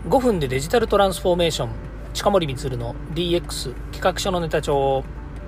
5分でデジタルトランスフォーメーション、近森光の DX 企画書のネタ帳。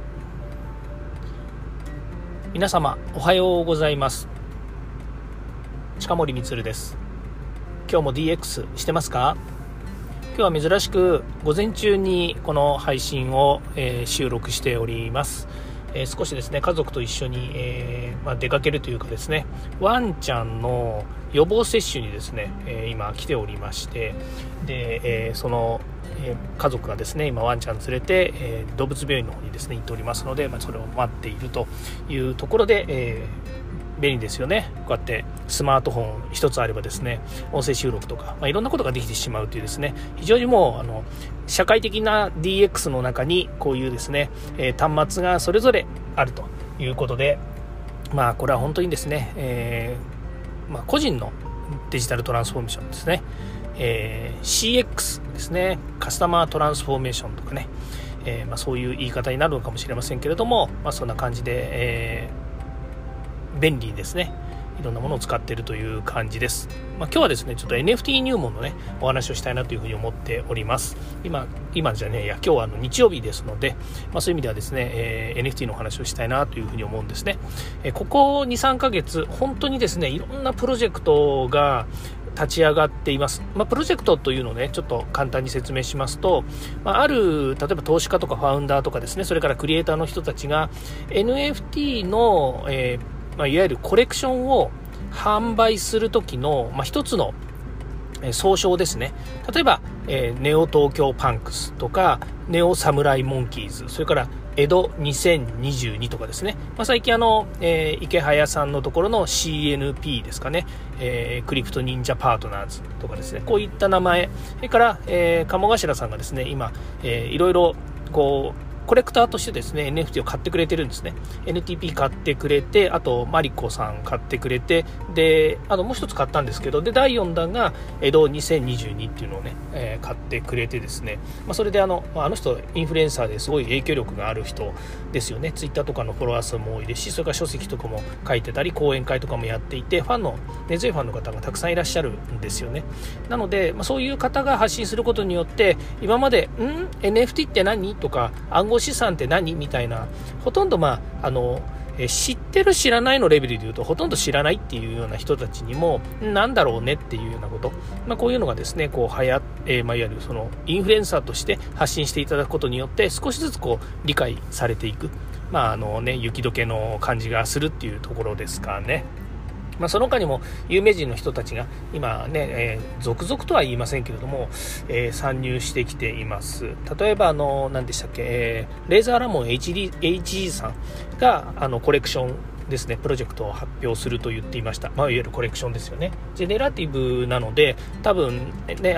皆様おはようございます。近森光です。今日も DX してますか？今日は珍しく午前中にこの配信を、収録しております。少しですね、家族と一緒に、出かけるというかですね、ワンちゃんの予防接種にですね、今来ておりまして、で、その、家族がですね今ワンちゃん連れて、動物病院の方にですね行っておりますので、それを待っているというところで、便利ですよね。こうやってスマートフォン一つあればですね、音声収録とか、いろんなことができてしまうというですね、非常にもう社会的な DX の中にこういうですね、端末がそれぞれあるということで、これは本当にですね、個人のデジタルトランスフォーメーションですね、CX ですね、カスタマートランスフォーメーションとかね、そういう言い方になるのかもしれませんけれども、そんな感じで、便利にですねいろんなものを使っているという感じです。今日はですねちょっと NFT 入門のねお話をしたいなというふうに思っております。今じゃねえや、今日は日曜日ですので、そういう意味ではですね、NFT のお話をしたいなというふうに思うんですね。ここ 2,3 ヶ月本当にですねいろんなプロジェクトが立ち上がっています。プロジェクトというのをねちょっと簡単に説明しますと、ある例えば投資家とかファウンダーとかですね、それからクリエイターの人たちが NFT の、いわゆるコレクションを販売する時の、一つの総称ですね。例えば、ネオ東京パンクスとかネオサムライモンキーズ、それから江戸2022とかですね、最近池早さんのところの CNP ですかね、クリプト忍者パートナーズとかですね、こういった名前、それから、鴨頭さんがですね今、いろいろこうコレクターとしてですね NFT を買ってくれてるんですね。 NTP 買ってくれて、あとマリコさん買ってくれて、でもう一つ買ったんですけど、で第4弾が江戸2022っていうのをね、買ってくれてですね、それであの人インフルエンサーですごい影響力がある人ですよね。ツイッターとかのフォロワー数も多いですし、それから書籍とかも書いてたり講演会とかもやっていて、根強いファンの方がたくさんいらっしゃるんですよね。なので、そういう方が発信することによって、今までNFT って何とか暗号資産って何みたいな、ほとんど知ってる知らないのレベルで言うとほとんど知らないっていうような人たちにもなんだろうねっていうようなこと、こういうのがですねこういわゆるそのインフルエンサーとして発信していただくことによって少しずつこう理解されていく、雪解けの感じがするっていうところですかね。その他にも有名人の人たちが今ね、続々とは言いませんけれども、参入してきています。例えば何でしたっけ、レーザーラモン HG さんがコレクションですね、プロジェクトを発表すると言っていました。いわゆるコレクションですよね。ジェネラティブなので多分ね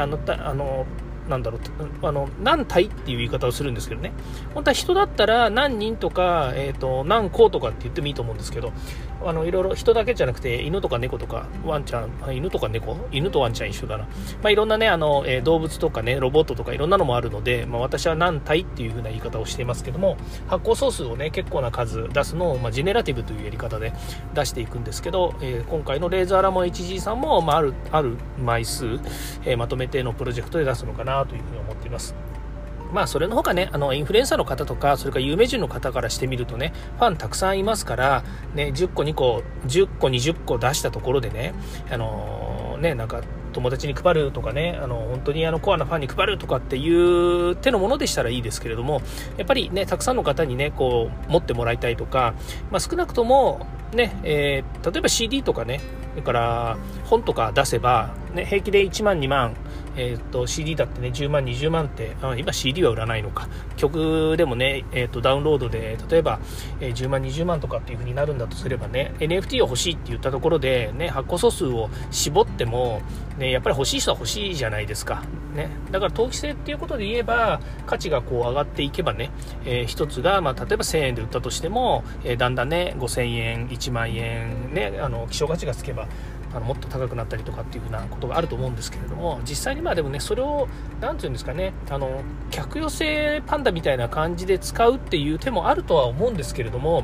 何体っていう言い方をするんですけどね、本当は人だったら何人とか、何個とかって言ってもいいと思うんですけど、いろいろ人だけじゃなくて犬とか猫とかワンちゃん、犬とか猫、犬とワンちゃん一緒だな、いろんなね動物とかねロボットとかいろんなのもあるので、私は何体っていう風な言い方をしていますけども、発行総数をね結構な数出すのを、ジェネラティブというやり方で出していくんですけど、今回のレーザーラモン HG さんも、ある枚数、まとめてのプロジェクトで出すのかなというふうに思っています。それの他ねインフルエンサーの方とか、それから有名人の方からしてみるとね、ファンたくさんいますからね、10個2個10個20個出したところでね、なんか友達に配るとかね、本当にコアなファンに配るとかっていう手のものでしたらいいですけれども、やっぱりねたくさんの方にねこう持ってもらいたいとか、少なくともね、例えば CD とかね、それから本とか出せば、平気で1万2万、CD だってね10万20万って、今 CD は売らないのか、曲でもね、ダウンロードで例えば、10万20万とかっていう風になるんだとすればね、 NFT を欲しいって言ったところでね、発行総数を絞っても、やっぱり欲しい人は欲しいじゃないですか、だから投機性っていうことで言えば価値がこう上がっていけばね、一つが、例えば1000円で売ったとしても、だんだんね5000円1万円ね、希少価値がつけばもっと高くなったりとかっていうふうなことがあると思うんですけれども、実際にでもねそれをなんていうんですかね、客寄せパンダみたいな感じで使うっていう手もあるとは思うんですけれども、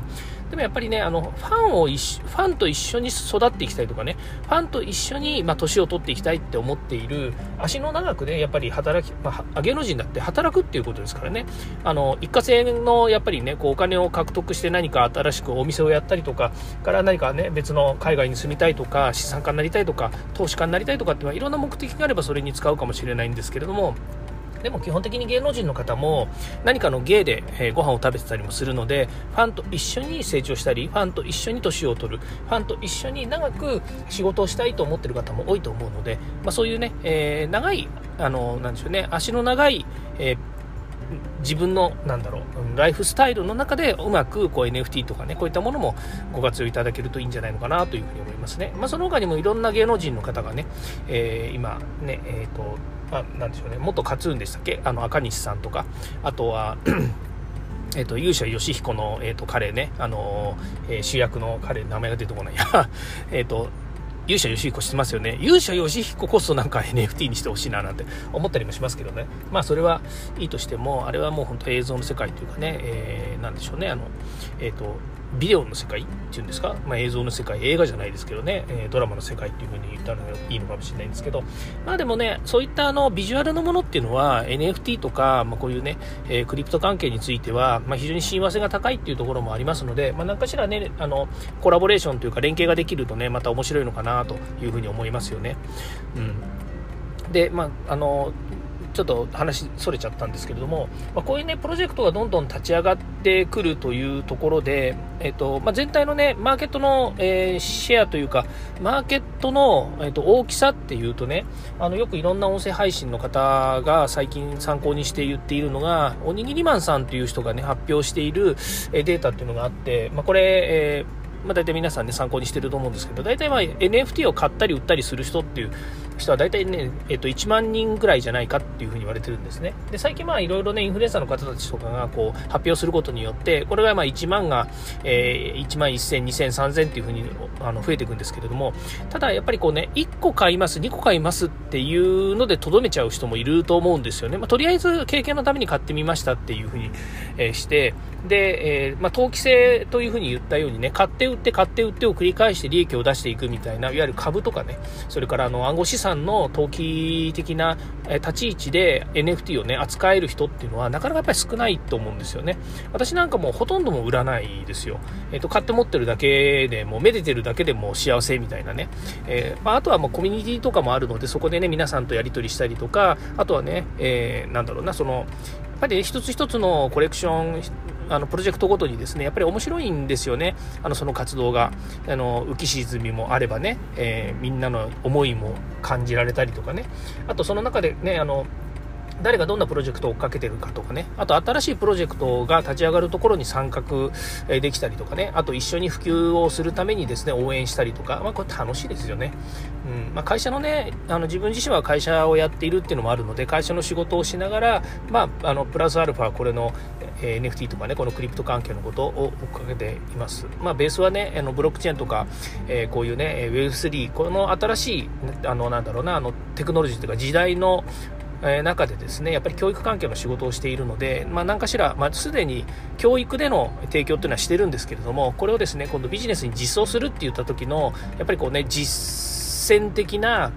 でもやっぱりね、ファンと一緒に育っていきたいとかね、ファンと一緒に年を取っていきたいって思っている、足の長くね、やっぱり芸能人だって働くっていうことですからね、一過性のやっぱりね、こうお金を獲得して何か新しくお店をやったりとか、から何かね、別の海外に住みたいとか、資産家になりたいとか、投資家になりたいとかっていうのはいろんな目的があればそれに使うかもしれないんですけれども、でも基本的に芸能人の方も何かの芸でご飯を食べてたりもするので、ファンと一緒に成長したり、ファンと一緒に年を取る、ファンと一緒に長く仕事をしたいと思っている方も多いと思うので、そういうね、長いなんでしょうね、足の長い、自分のライフスタイルの中でうまくNFT とかね、こういったものもご活用いただけるといいんじゃないのかなというふうに思いますね。その他にもいろんな芸能人の方がね、今ね、なんでしょうね、元カツーンでしたっけ、赤西さんとか、あとは勇者ヨシヒコの、彼ね、主役の彼、名前が出てこないや勇者ヨシヒコ知ってますよね。勇者ヨシヒコこそなんか NFT にしてほしいななんて思ったりもしますけどね。それはいいとしても、あれはもう本当映像の世界というかね、なんでしょうね、ビデオの世界っていうんですか、映像の世界、映画じゃないですけどね、ドラマの世界っていう風に言ったらいいのかもしれないんですけど、でもね、そういったビジュアルのものっていうのは NFT とか、こういうね、クリプト関係については、非常に親和性が高いっていうところもありますので、何かしらね、コラボレーションというか連携ができるとね、また面白いのかなという風に思いますよね。で、ちょっと話それちゃったんですけれども、こういうねプロジェクトがどんどん立ち上がってくるというところで、全体のねマーケットの、シェアというかマーケットの、大きさっていうとね、よくいろんな音声配信の方が最近参考にして言っているのが、おにぎりマンさんという人がね発表しているデータっていうのがあって、これ、大体皆さんね参考にしてると思うんですけど、大体NFT を買ったり売ったりする人っていう人は大体ね、1万人ぐらいじゃないかっていうふうに言われてるんですね。で、最近いろいろねインフルエンサーの方たちとかがこう発表することによって、これが1万が、1万1000、2000、3000っていうふうに増えていくんですけれども、ただやっぱりこうね、1個買います、2個買いますっていうのでとどめちゃう人もいると思うんですよね。とりあえず経験のために買ってみましたっていうふうに、して、で、投機性というふうに言ったようにね、買って売ってを繰り返して利益を出していくみたいな、いわゆる株とかね、それから暗号資産の投機的な立ち位置で NFT をね扱える人っていうのはなかなかやっぱり少ないと思うんですよね。私なんかもうほとんども売らないですよ。買って持ってるだけでもうめでてるだけでも幸せみたいなね。あとはもうコミュニティとかもあるので、そこでね皆さんとやり取りしたりとか、あとはね、やっぱり一つ一つのコレクションプロジェクトごとにですね、やっぱり面白いんですよね。その活動が浮き沈みもあればね、みんなの思いも感じられたりとかね、あとその中でね誰がどんなプロジェクトを追っかけてるかとかね、あと新しいプロジェクトが立ち上がるところに参画できたりとかね、あと一緒に普及をするためにですね応援したりとか、これ楽しいですよね。会社のね自分自身は会社をやっているっていうのもあるので、会社の仕事をしながら、プラスアルファこれのNFT とかね、このクリプト関係のことを追っかけています。ベースはねブロックチェーンとか、こういうね Web3 この新しいテクノロジーというか時代の中でですね、やっぱり教育関係の仕事をしているので、何かしら、すでに教育での提供というのはしてるんですけれども、これをですね今度ビジネスに実装するって言った時のやっぱりこうね実践的な、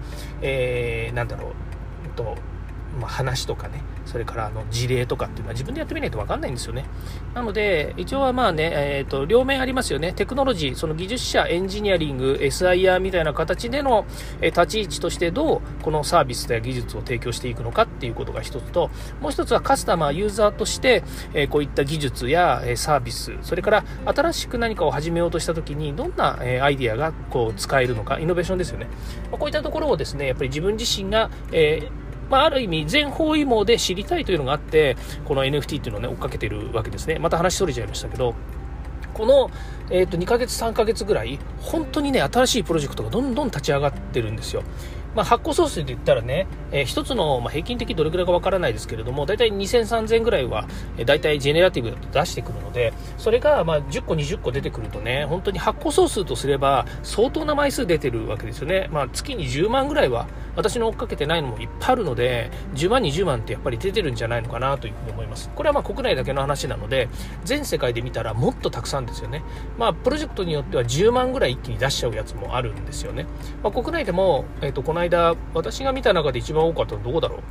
話とかね、それから事例とかっていうのは自分でやってみないと分かんないんですよね。なので一応は両面ありますよね。テクノロジー、その技術者、エンジニアリング、SIR みたいな形での立ち位置としてどうこのサービスや技術を提供していくのかっていうことが一つと、もう一つはカスタマー、ユーザーとしてこういった技術やサービス、それから新しく何かを始めようとした時にどんなアイディアがこう使えるのか、イノベーションですよね。こういったところをですねやっぱり自分自身がある意味全方位網で知りたいというのがあって、この NFT っていうのをね追っかけてるわけですね。また話それちゃいましたけど、この、2ヶ月3ヶ月ぐらい本当にね新しいプロジェクトがどんどん立ち上がってるんですよ。 発行総数で言ったらね、一つの、平均的どれくらいかわからないですけれども、だいたい2000、3000ぐらいは、だいたいジェネラティブだと出してくるので、それが10個、20個出てくるとね、本当に発行総数とすれば相当な枚数出てるわけですよね。月に10万ぐらいは、私の追っかけてないのもいっぱいあるので、10万、20万ってやっぱり出てるんじゃないのかなというふうに思います。これは国内だけの話なので、全世界で見たらもっとたくさんですよね。プロジェクトによっては10万ぐらい一気に出しちゃうやつもあるんですよね。国内でも、この間私が見た中で一番多かったのはどこだろう。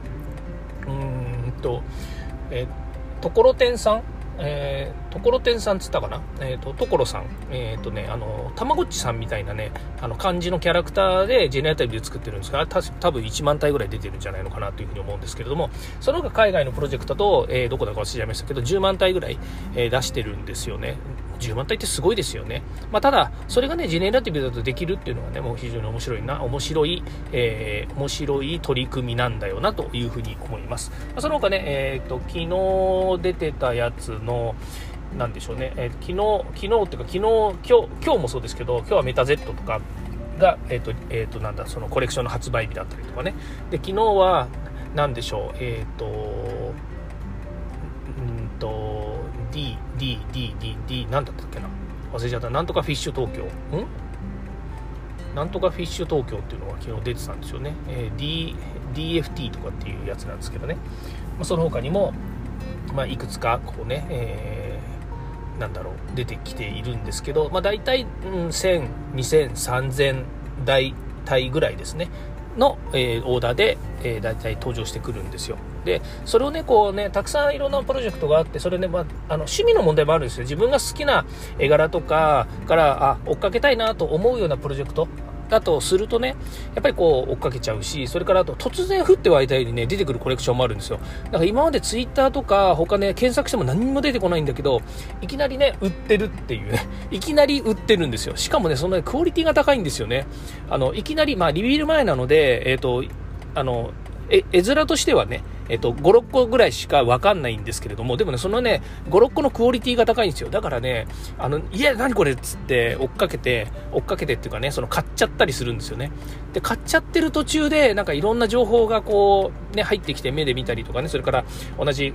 ところてんさん、ところてんさんつったかな、ところさん、たまごっちさんみたいなね、漢字のキャラクターでジェネラティブで作ってるんですが、多分1万体ぐらい出てるんじゃないのかなというふうに思うんですけれども、その他海外のプロジェクトだと、どこだか忘れちゃいましたけど、10万体ぐらい、出してるんですよね。10万体ってすごいですよね。ただそれがねジェネラティブだとできるっていうのはね、もう非常に面白い取り組みなんだよなというふうに思います。その他ね、昨日出てたやつのなんでしょうね、昨日っていうか今日もそうですけど、今日はメタ Z とかがそのコレクションの発売日だったりとかね。で昨日はなんでしょう、なんだったっけな、忘れちゃった。なんとかフィッシュ東京なんとかフィッシュ東京っていうのが昨日出てたんですよね。DFT とかっていうやつなんですけどね。その他にも、いくつかこうね、出てきているんですけど、だいたい1000、2000、3000台ぐらいですねの、オーダーで、だいたい登場してくるんですよ。でそれをねたくさんいろんなプロジェクトがあって、それね、趣味の問題もあるんですよ。自分が好きな絵柄とかから追っかけたいなと思うようなプロジェクトだとするとね、やっぱり追っかけちゃうし、それからあと突然降って湧いたようにね出てくるコレクションもあるんですよ。だから今までツイッターとか他ね検索しても何も出てこないんだけど、いきなりね売ってるっていうね、いきなり売ってるんですよ。しかもねそのねクオリティが高いんですよね。いきなりリビール前なので絵面としてはね5、6個ぐらいしか分かんないんですけれども、でもねそのね5、6個のクオリティが高いんですよ。だからねいや何これっつって追っかけてっていうかね、その買っちゃったりするんですよね。で買っちゃってる途中でいろんな情報が入ってきて目で見たりとかね、それから同じ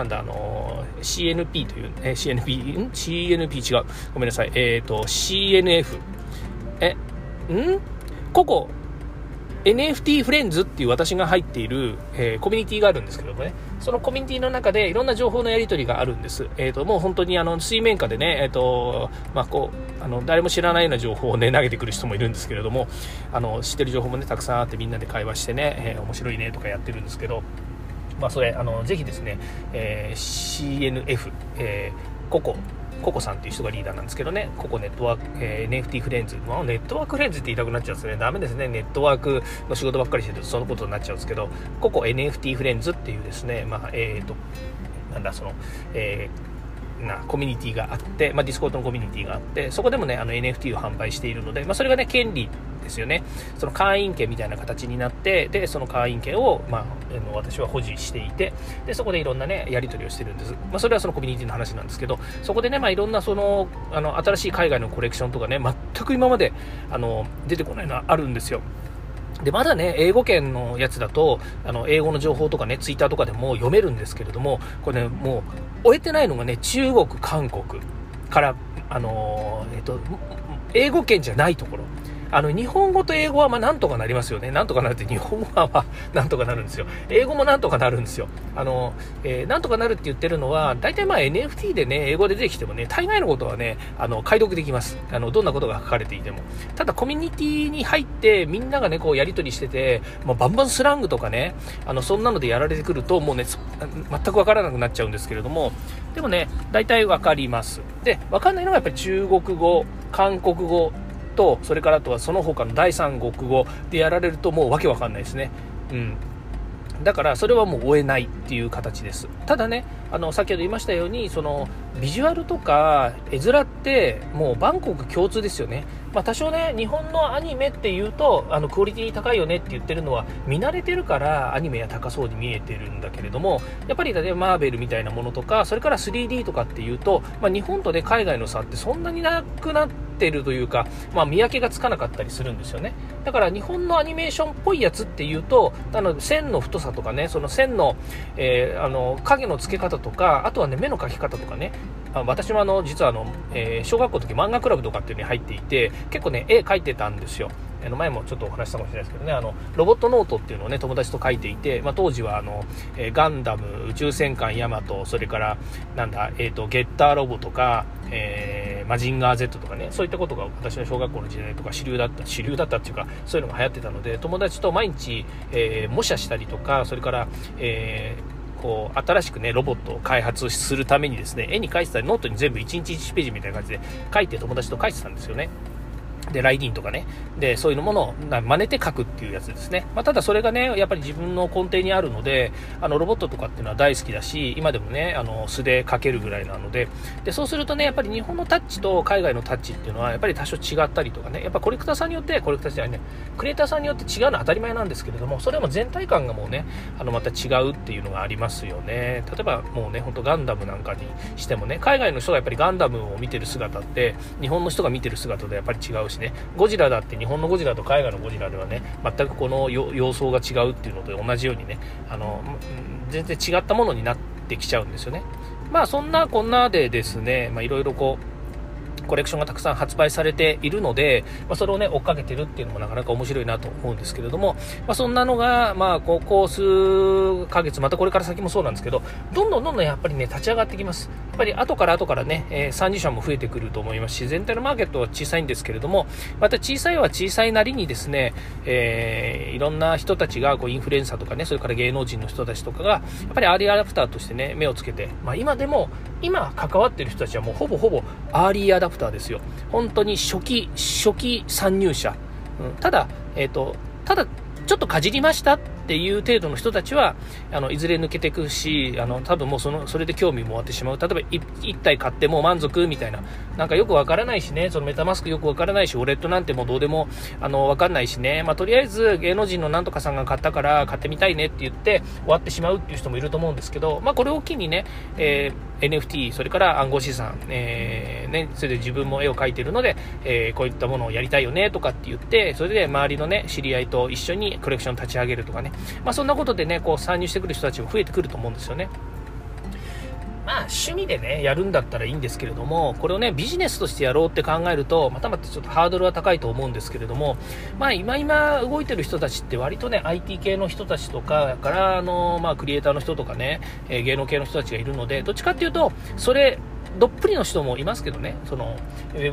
CNP という、CNP 違う、ごめんなさい、CNF ここNFT フレンズっていう私が入っている、コミュニティがあるんですけどもね、そのコミュニティの中でいろんな情報のやり取りがあるんです。もう本当に水面下でね、誰も知らないような情報をね投げてくる人もいるんですけれども、知ってる情報もねたくさんあって、みんなで会話してね、面白いねとかやってるんですけど、それぜひですね、CNF、ココさんっていう人がリーダーなんですけどね、ココネットワーク、NFT フレンズ、ネットワークフレンズって言いたくなっちゃうんですね。ダメですね。ネットワークの仕事ばっかりしてるとそのことになっちゃうんですけど、ココ NFT フレンズっていうですね、コミュニティがあって、ディスコードのコミュニティがあって、そこでもねNFT を販売しているので、それがね権利ですよね。その会員権みたいな形になって、でその会員権を、私は保持していて、でそこでいろんなねやり取りをしてるんです。それはそのコミュニティの話なんですけど、そこでねいろんな新しい海外のコレクションとかね、全く今まで出てこないのはあるんですよ。でまだね英語圏のやつだと英語の情報とかねツイッターとかでも読めるんですけれども、これねもう終えてないのがね中国、韓国から英語圏じゃないところ、日本語と英語はなんとかなりますよね。なんとかなるって、日本語はなんとかなるんですよ。英語もなんとかなるんですよ。なんとかなるって言ってるのは、大体NFT でね英語で出てきてもね、大概のことはね解読できます。どんなことが書かれていても。ただコミュニティに入ってみんながねやり取りしてて、バンバンスラングとかねそんなのでやられてくるともうね全く分からなくなっちゃうんですけれども、でもね大体分かります。で分かんないのがやっぱり中国語、韓国語と、それからあとはその他の第三国語でやられるともうわけわかんないですね。だからそれはもう追えないっていう形です。ただね先ほど言いましたように、そのビジュアルとか絵面ってもう万国共通ですよね。多少ね日本のアニメっていうとクオリティ高いよねって言ってるのは見慣れてるからアニメは高そうに見えてるんだけれども、やっぱり例えばマーベルみたいなものとか、それから 3D とかっていうと、日本とね海外の差ってそんなになくなってってるというか、見分けがつかなかったりするんですよね。だから日本のアニメーションっぽいやつっていうと、線の太さとかね、その線の、影の付け方とか、あとはね目の描き方とかね、私も実は小学校の時漫画クラブとかっていうのに入っていて、結構ね絵描いてたんですよ。前もちょっとお話したかもしれないですけどね、ロボットノートっていうのをね友達と書いていて、当時はガンダム、宇宙戦艦ヤマト、それからゲッターロボとか、マジンガー Z とかね、そういったことが私の小学校の時代とか主流だったっていうか、そういうのが流行ってたので、友達と毎日、模写したりとか、それから、新しくねロボットを開発するためにですね、絵に描いてたりノートに全部1日1ページみたいな感じで書いて友達と書いてたんですよね。でライディーンとかね、でそういうものを真似て書くっていうやつですね。ただそれがねやっぱり自分の根底にあるので、ロボットとかっていうのは大好きだし、今でもね素で書けるぐらいなので、そうするとねやっぱり日本のタッチと海外のタッチっていうのはやっぱり多少違ったりとかね、やっぱコレクターさんによって、クリエイターさんによって違うのは当たり前なんですけれども、それも全体感がもうねまた違うっていうのがありますよね。例えばもうね本当ガンダムなんかにしてもね、海外の人がやっぱりガンダムを見てる姿って日本の人が見てる姿とやっぱり違うしね、ゴジラだって日本のゴジラと海外のゴジラではね全くこの様相が違うっていうのと同じようにね全然違ったものになってきちゃうんですよね。そんなこんなでですね、いろいろコレクションがたくさん発売されているので、それをね追っかけてるっていうのもなかなか面白いなと思うんですけれども、そんなのがここ数ヶ月、またこれから先もそうなんですけど、どんどんやっぱりね立ち上がってきます。やっぱり後からね、参入者も増えてくると思いますし、全体のマーケットは小さいんですけれども、また小さいは小さいなりにですね、いろんな人たちがインフルエンサーとかね、それから芸能人の人たちとかがやっぱりアーリーアダプターとしてね目をつけて、今関わってる人たちはもうほぼアーリーアダプターですよ。本当に初期参入者、ただちょっとかじりましたっていう程度の人たちはいずれ抜けていくし、多分もうそれで興味も終わってしまう。例えば1体買ってもう満足みたいな、なんかよくわからないしね、そのメタマスクよくわからないし、ウォレットなんてもうどうでもわかんないしね、とりあえず芸能人のなんとかさんが買ったから買ってみたいねって言って終わってしまうっていう人もいると思うんですけど、これを機にね、NFT、それから暗号資産、それで自分も絵を描いているので、こういったものをやりたいよねとかって言って、それで周りのね知り合いと一緒にコレクション立ち上げるとかね、そんなことでね参入してくる人たちも増えてくると思うんですよね。趣味でねやるんだったらいいんですけれども、これをねビジネスとしてやろうって考えるとまたちょっとハードルは高いと思うんですけれども、今動いてる人たちって割とね IT 系の人たちとかからクリエイターの人とかね、芸能系の人たちがいるので、どっちかっていうとそれどっぷりの人もいますけどね、その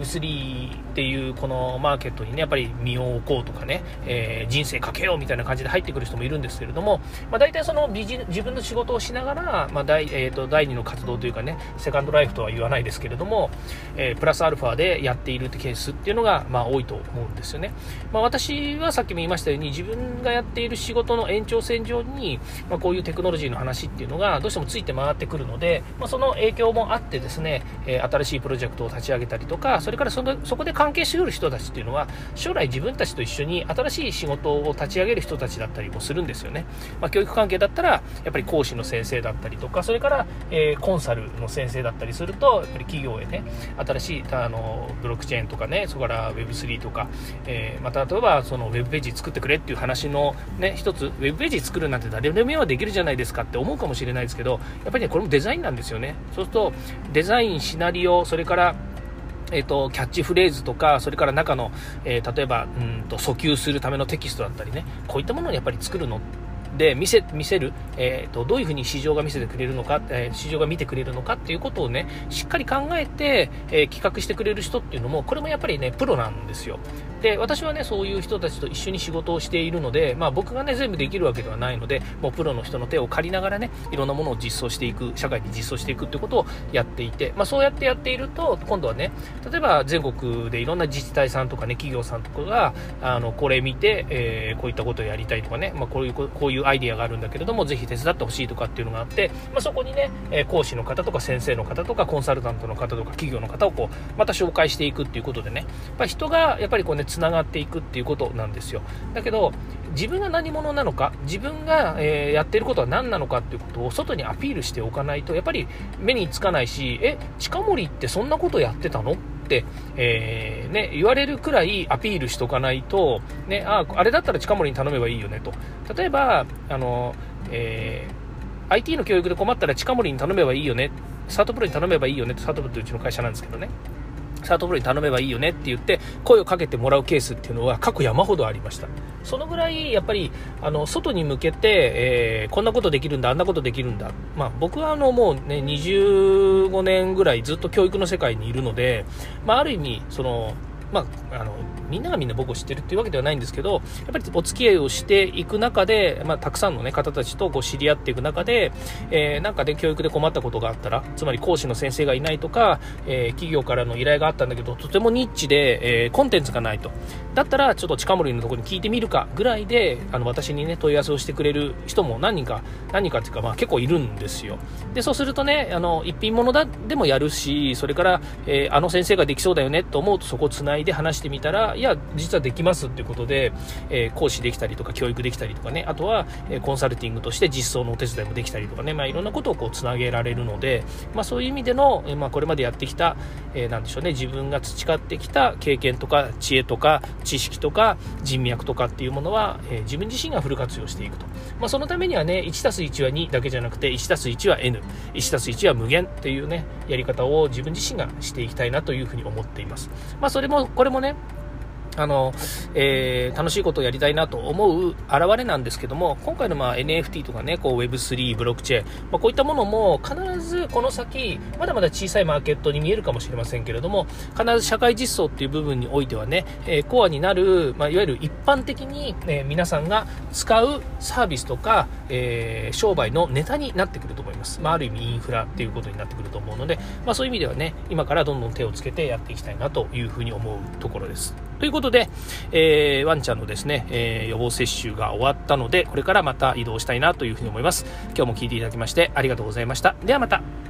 Web3 っていうこのマーケットにねやっぱり身を置こうとかね、人生かけようみたいな感じで入ってくる人もいるんですけれども、大体その自分の仕事をしながら、第二の活動というかね、セカンドライフとは言わないですけれども、プラスアルファでやっているってケースっていうのが多いと思うんですよね。私はさっきも言いましたように、自分がやっている仕事の延長線上に、こういうテクノロジーの話っていうのがどうしてもついて回ってくるので、その影響もあってですね、新しいプロジェクトを立ち上げたりとか、それからそこで関係してくる人たちっていうのは将来自分たちと一緒に新しい仕事を立ち上げる人たちだったりもするんですよね。教育関係だったらやっぱり講師の先生だったりとか、それから、コンサルの先生だったりすると、やっぱり企業へね新しいブロックチェーンとかね、それから Web3 とか、また例えばそのウェブページ作ってくれっていう話のね一つ、ウェブページ作るなんて誰でもできるじゃないですかって思うかもしれないですけど、やっぱりねこれもデザインなんですよね。そうするとデザイン、シナリオ、それからキャッチフレーズとか、それから中の、例えば訴求するためのテキストだったりね、こういったものをやっぱり作るので見せる、どういうふうに市場が見せてくれるのか、市場が見てくれるのかっていうことをねしっかり考えて、企画してくれる人っていうのも、これもやっぱりねプロなんですよ。で私はねそういう人たちと一緒に仕事をしているので、僕がね全部できるわけではないので、もうプロの人の手を借りながらねいろんなものを実装していく、社会に実装していくっていうことをやっていて、そうやってやっていると、今度はね例えば全国でいろんな自治体さんとかね企業さんとかがこれ見て、こういったことをやりたいとかね、こういうアイディアがあるんだけれどもぜひ手伝ってほしいとかっていうのがあって、そこにね講師の方とか先生の方とかコンサルタントの方とか企業の方をまた紹介していくっていうことでね、人がやっぱりつながっていくっていうことなんですよ。だけど自分が何者なのか、自分が、やっていることは何なのかっていうことを外にアピールしておかないとやっぱり目につかないし、近森ってそんなことやってたのっ 、言われるくらいアピールしとかないと、あれだったら近森に頼めばいいよねと。例えばIT の教育で困ったら近森に頼めばいいよね、サートプロに頼めばいいよねと、サートプロってうちの会社なんですけどね、サートプロに頼めばいいよねって言って声をかけてもらうケースっていうのは過去山ほどありました。そのぐらいやっぱり外に向けて、こんなことできるんだ、あんなことできるんだ、僕はもうね25年ぐらいずっと教育の世界にいるので、ある意味みんながみんな僕を知ってるっていうわけではないんですけど、やっぱりお付き合いをしていく中で、たくさんの、方たちと知り合っていく中で、なんか教育で困ったことがあったら、つまり講師の先生がいないとか、企業からの依頼があったんだけどとてもニッチで、コンテンツがないと、だったらちょっと近森のところに聞いてみるかぐらいで私に問い合わせをしてくれる人も何人かっていうか、結構いるんですよ。でそうするとね、一品物でもやるし、それから、あの先生ができそうだよねと思うとそこをつないで話してみたら、いや実はできますっていうことで、講師できたりとか教育できたりとかね、あとは、コンサルティングとして実装のお手伝いもできたりとかね、いろんなことをつなげられるので、そういう意味での、これまでやってきた、なんでしょうね、自分が培ってきた経験とか知恵とか知識とか人脈とかっていうものは、自分自身がフル活用していくと、そのためにはね 1+1 は2だけじゃなくて 1+1 は N、 1+1 は無限っていうねやり方を自分自身がしていきたいなというふうに思っています。これもね楽しいことをやりたいなと思う表れなんですけども、今回のNFT とかね、Web3、ブロックチェーン、こういったものも必ずこの先まだまだ小さいマーケットに見えるかもしれませんけれども、必ず社会実装っていう部分においてはね、コアになる、いわゆる一般的に、皆さんが使うサービスとか、商売のネタになってくると思います。ある意味インフラっていうことになってくると思うので、そういう意味ではね、今からどんどん手をつけてやっていきたいなというふうに思うところです。ということで、ワンちゃんのですね、予防接種が終わったので、これからまた移動したいなというふうに思います。今日も聞いていただきましてありがとうございました。ではまた。